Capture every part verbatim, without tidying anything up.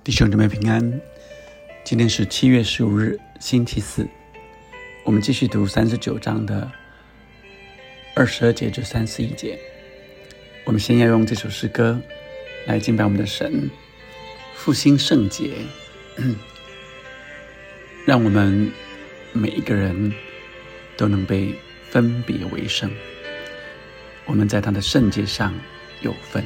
弟兄姊妹平安，今天是七月十五日，星期四。我们继续读三十九章的二十二节至三十一节。我们先要用这首诗歌来敬拜我们的神，复兴圣洁，让我们每一个人都能被分别为圣，我们在他的圣洁上有份。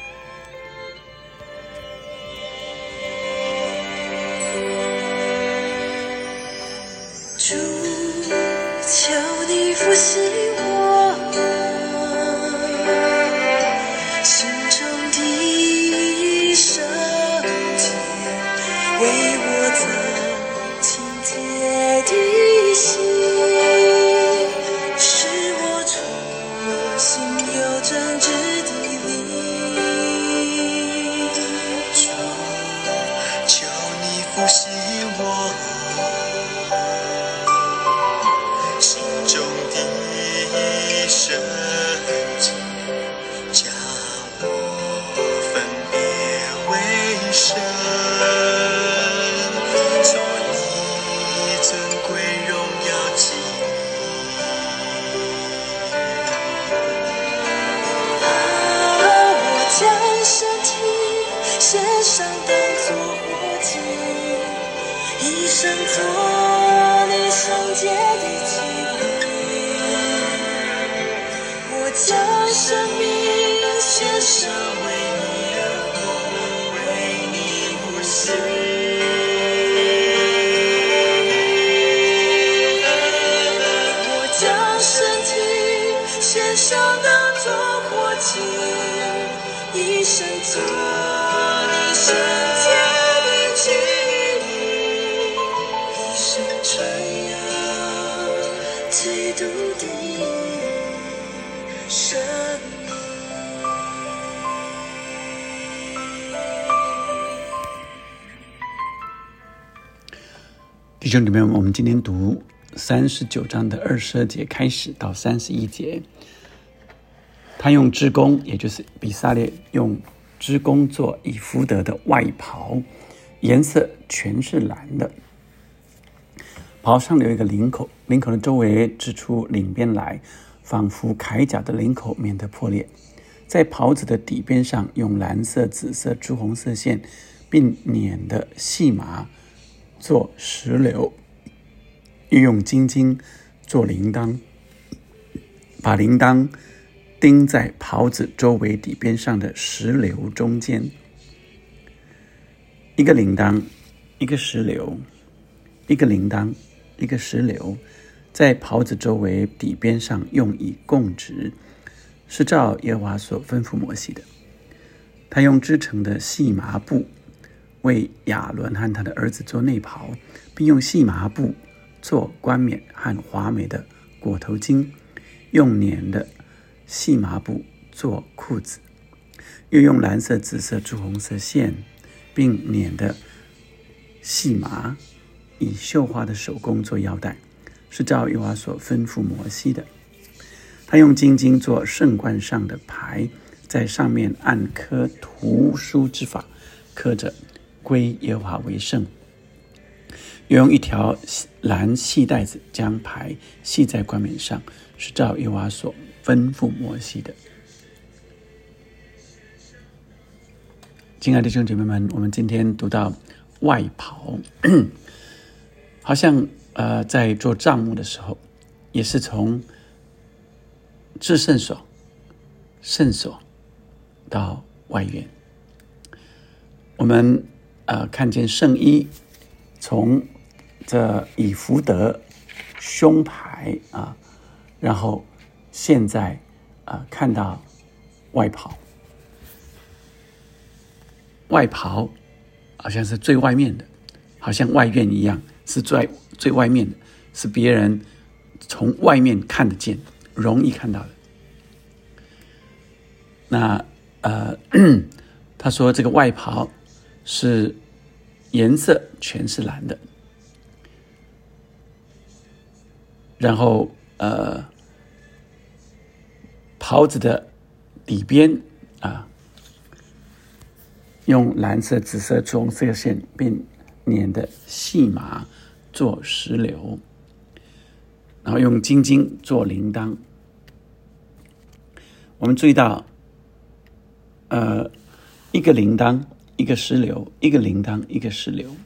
主，求你复兴我心中的圣洁，为我增清洁的心，使我重新有正直的灵。主，求你复兴我心中的圣洁，叫我分别为圣，做你尊贵荣耀基啊，我将身体献上当作活祭，一生做你圣洁的器皿，我将生命献上，为你而活，为你呼吸。我将身体献上当作活祭，一生做你圣洁的器皿，一生传扬基督的生命。 弟兄姊妹，我们今天读三十九章的二十二节开始到三十一节。他用织工，也就是比撒列用织工做以弗得的外袍，颜色全是蓝的，袍上留一个领口，领口的周围织出领边来，仿佛铠甲的领口，免得破裂。在袍子的底边上用蓝色、紫色、朱红色线，并捻的细麻做石榴，又用金金做铃铛，把铃铛钉在袍子周围底边上的石榴中间。一个铃铛，一个石榴，一个铃铛，一个石榴，在袍子周围底边上用以供职，是照耶和华所吩咐摩西的。他用织成的细麻布为亚伦和他的儿子做内袍，并用细麻布做冠冕和华美的裹头巾，用捻的细麻布做裤子，又用蓝色、紫色、朱红色线，并捻的细麻以绣花的手工做腰带，是照耶和华所吩咐摩西的。他用金金做圣冠上的牌，在上面按刻图书之法刻着归耶和华为圣，又用一条蓝细带子将牌系在冠冕上，是照耶和华所吩咐摩西的。亲爱的弟兄姐妹们，我们今天读到外袍，好像呃在做帐幕的时候，也是从至圣所、圣所到外院。我们呃看见圣衣从这以弗得胸牌啊，然后现在呃看到外袍，外袍好像是最外面的，好像外院一样，是最最外面的，是别人从外面看得见，容易看到的。那呃，他说这个外袍是颜色全是蓝的，然后呃，袍子的底边啊， 用蓝色、紫色、棕色线并粘的细麻做石榴，然后用金金做铃铛。我们注意到，呃，一个铃铛，一个石榴，一个铃铛，一个石榴。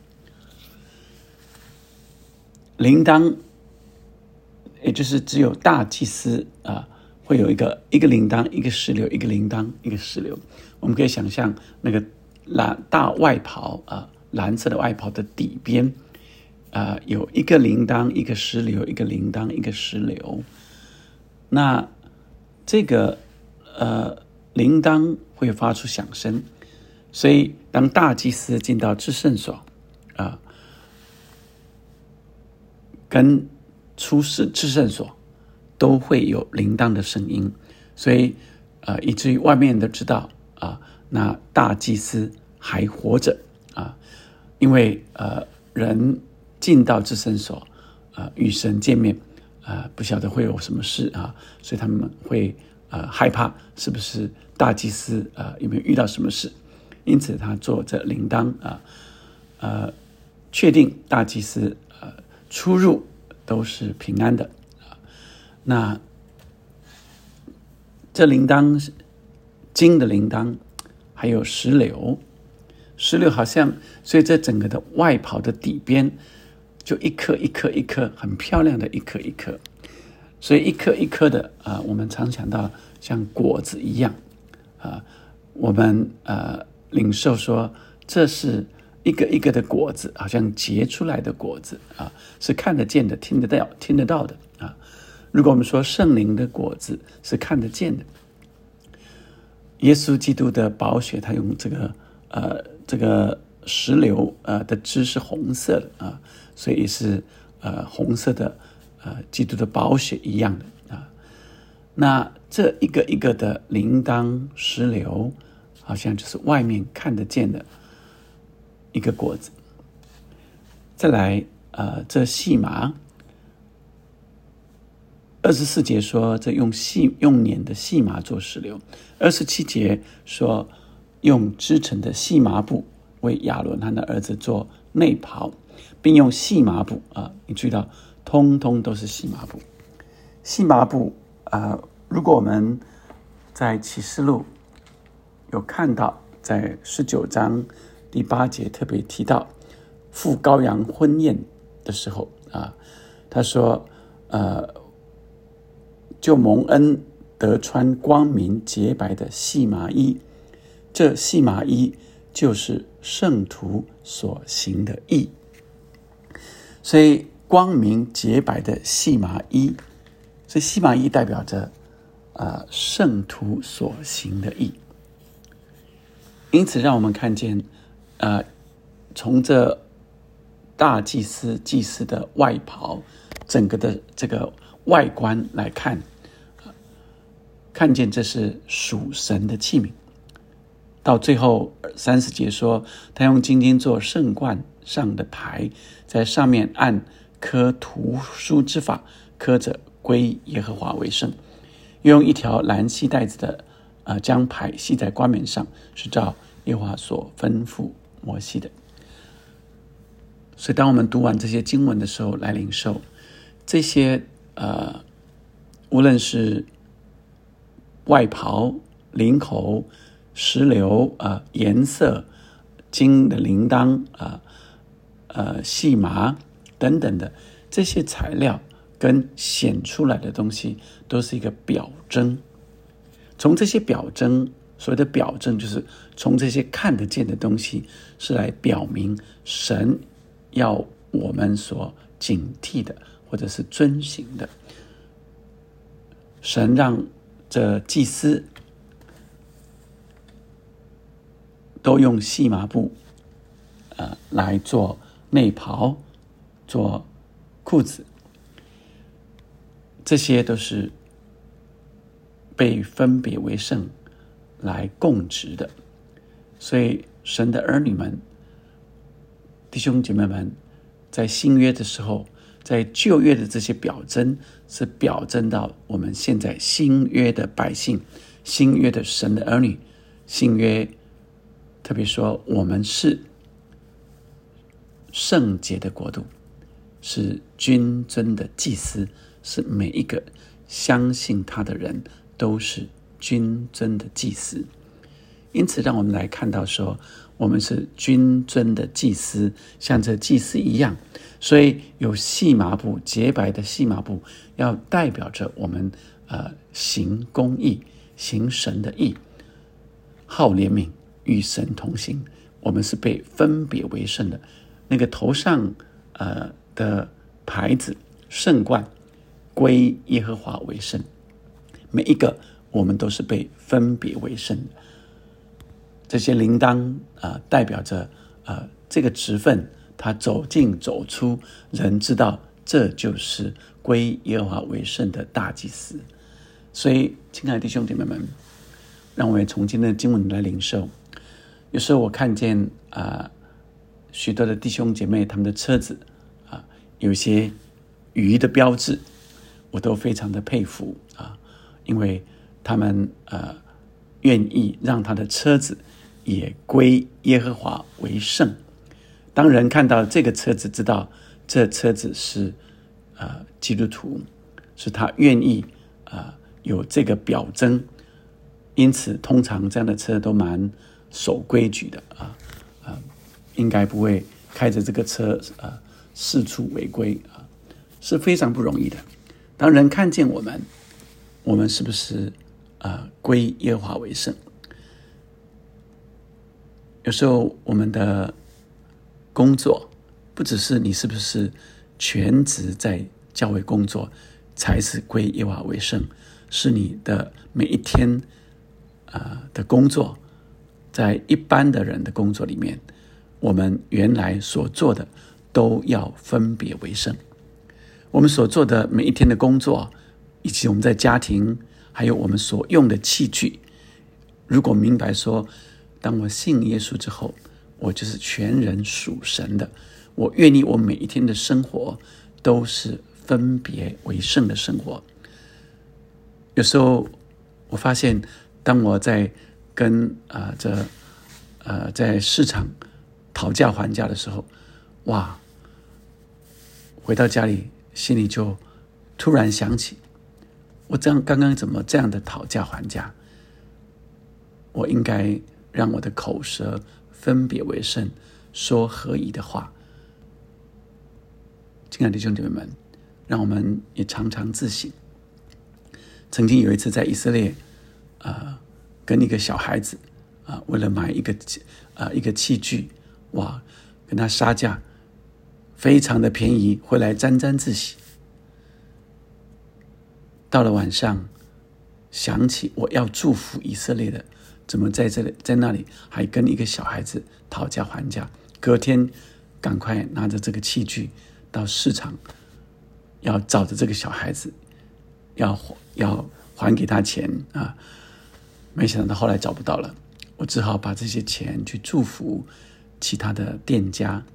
铃铛，也就是只有大祭司啊，会有一个一个铃铛，一个石榴，一个铃铛，一个石榴。我们可以想象那个蓝大外袍啊，蓝色的外袍的底边，啊，有一个铃铛，一个石榴，一个铃铛，一个石榴。那这个呃铃铛会发出响声，所以当大祭司进到至圣所啊，跟出世至圣所都会有铃铛的声音，所以呃以至于外面都知道啊，那大祭司还活着啊，因为呃人进到至圣所啊与神见面啊，不晓得会有什么事啊，所以他们会呃害怕是不是大祭司呃有没有遇到什么事，因此他做这铃铛啊，呃确定大祭司呃出入都是平安的啊。那这铃铛金的铃铛还有石榴，石榴好像，所以这整个的外袍的底边就一颗一颗一颗很漂亮的一颗一颗，所以一颗一颗的啊、呃，我们常想到像果子一样啊、呃，我们呃领受说这是一个一个的果子，好像结出来的果子啊，是看得见的、听得到、听得到的啊。如果我们说圣灵的果子是看得见的，耶稣基督的宝血，他用这个呃这个石榴呃的汁是红色的啊，所以是呃红色的呃基督的宝血一样的啊。那这一个一个的铃铛石榴，好像就是外面看得见的一个果子。再来呃这细麻，二十四节说这用细用捻的细麻做石榴，二十七节说用织成的细麻布为亚伦他的儿子做内袍，并用细麻布啊，你注意到通通都是细麻布。细麻布啊，如果我们在启示录有看到，在十九章第八节特别提到赴羔羊婚宴的时候啊，他说呃就蒙恩得穿光明洁白的细麻衣，这细麻衣就是圣徒所行的义。所以光明洁白的细麻衣，所以细麻衣代表着呃圣徒所行的义。因此让我们看见呃从这大祭司祭司的外袍整个的这个外观来看，看见这是属神的器皿。到最后三十节说，他用金金做圣冠上的牌，在上面按刻图书之法刻着归耶和华为圣，又用一条蓝细带子的呃将牌系在冠冕上，是照耶和华所吩咐摩西的。所以当我们读完这些经文的时候，来领受这些呃无论是外袍、领口、石榴、呃颜色、金的铃铛、呃呃细麻等等的这些材料跟显出来的东西，都是一个表征。从这些表征，所谓的表征就是从这些看得见的东西，是来表明神要我们所警惕的，或者是遵行的。神让这祭司都用细麻布呃来做内袍，做裤子，这些都是被分别为圣来供职的。所以神的儿女们、弟兄姐妹们，在新约的时候，在旧约的这些表征，是表征到我们现在新约的百姓、新约的神的儿女、新约特别说我们是圣洁的国度，是君尊的祭司，是每一个相信他的人都是君尊的祭司。因此让我们来看到说，我们是君尊的祭司，像这祭司一样，所以有细麻布，洁白的细麻布，要代表着我们呃行公义，行神的义，好怜悯，与神同行。我们是被分别为圣的。那个头上呃的牌子圣冠，归耶和华为圣。每一个我们都是被分别为圣的。这些铃铛呃代表着呃这个职分，他走进走出，人知道这就是归耶和华为圣的大祭司。所以亲爱的弟兄姐妹们，让我们从今天的经文来领受。有时候我看见啊、呃、许多的弟兄姐妹他们的车子啊、呃、有一些鱼的标志，我都非常的佩服啊，因为他们呃愿意让他的车子也归耶和华为圣。当人看到这个车子，知道这车子是呃基督徒，是他愿意呃有这个表征。因此通常这样的车都蛮守规矩的啊，呃，应该不会开着这个车呃四处违规啊，是非常不容易的。当人看见我们，我们是不是呃归耶和华为圣？有时候我们的工作不只是你是不是全职在教会工作才是归耶和华为圣，是你的每一天呃的工作，在一般的人的工作里面，我们原来所做的都要分别为圣。我们所做的每一天的工作，以及我们在家庭，还有我们所用的器具，如果明白说，当我信耶稣之后，我就是全人属神的，我愿意我每一天的生活都是分别为圣的生活。有时候我发现，当我在跟呃这呃在市场讨价还价的时候，哇，回到家里心里就突然想起，我这样刚刚怎么这样的讨价还价？我应该让我的口舌分别为圣，说合宜的话。亲爱的弟兄姐妹们，让我们也常常自省。曾经有一次在以色列呃跟一个小孩子啊、呃，为了买一个呃一个器具，哇，跟他杀价，非常的便宜，回来沾沾自喜。到了晚上，想起我要祝福以色列的，怎么在这里在那里还跟一个小孩子讨价还价？隔天赶快拿着这个器具到市场，要找着这个小孩子，要要还给他钱啊！没想到后来找不到了，我只好把这些钱去祝福其他的店家。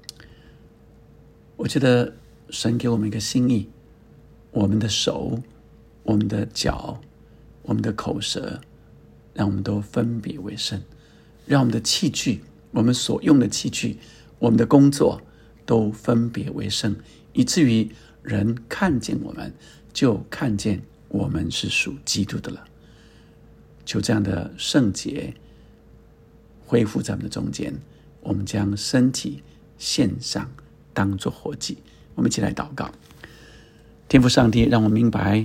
我觉得神给我们一个心意，我们的手，我们的脚，我们的口舌，让我们都分别为圣，让我们的器具，我们所用的器具，我们的工作都分别为圣，以至于人看见我们就看见我们是属基督的了。求这样的圣洁恢复在我们的中间，我们将身体献上，当作活祭。我们一起来祷告。天父上帝，让我明白，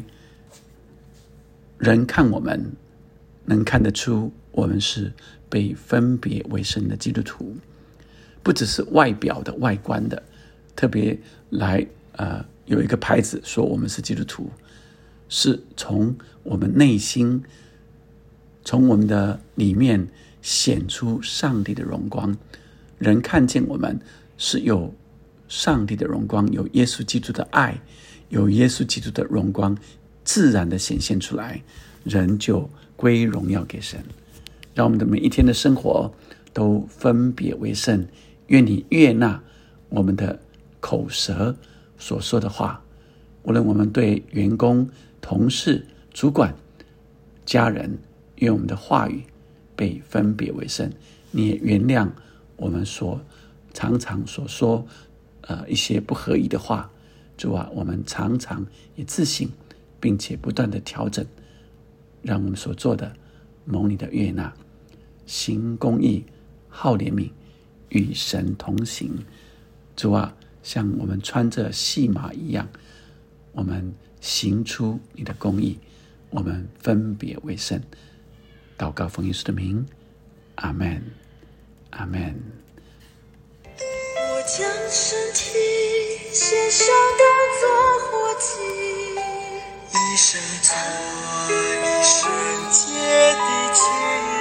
人看我们能看得出我们是被分别为圣的基督徒，不只是外表的外观的，特别来呃有一个牌子说我们是基督徒，是从我们内心，从我们的里面显出上帝的荣光。人看见我们是有上帝的荣光，有耶稣基督的爱，有耶稣基督的荣光自然的显现出来，人就归荣耀给神。让我们的每一天的生活都分别为圣，愿你悦纳我们的口舌所说的话，无论我们对员工、同事、主管、家人，愿我们的话语被分别为圣， 你也原谅我们所常常所说呃一些不合宜的话。主啊，我们常常也自省，并且不断的调整，让我们所做的蒙你的悦纳，行公义，好怜悯，与神同行。主啊，像我们穿着细麻一样，我们行出你的公义，我们分别为圣。祷告奉耶稣的名，阿们，阿们。 我将身体献上当作活祭，一生做你圣洁的器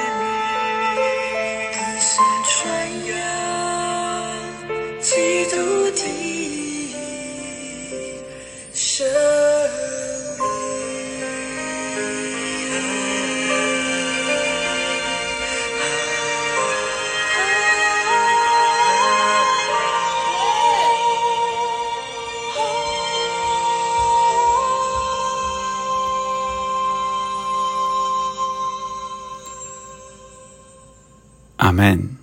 皿，一生传扬基督的生阿们。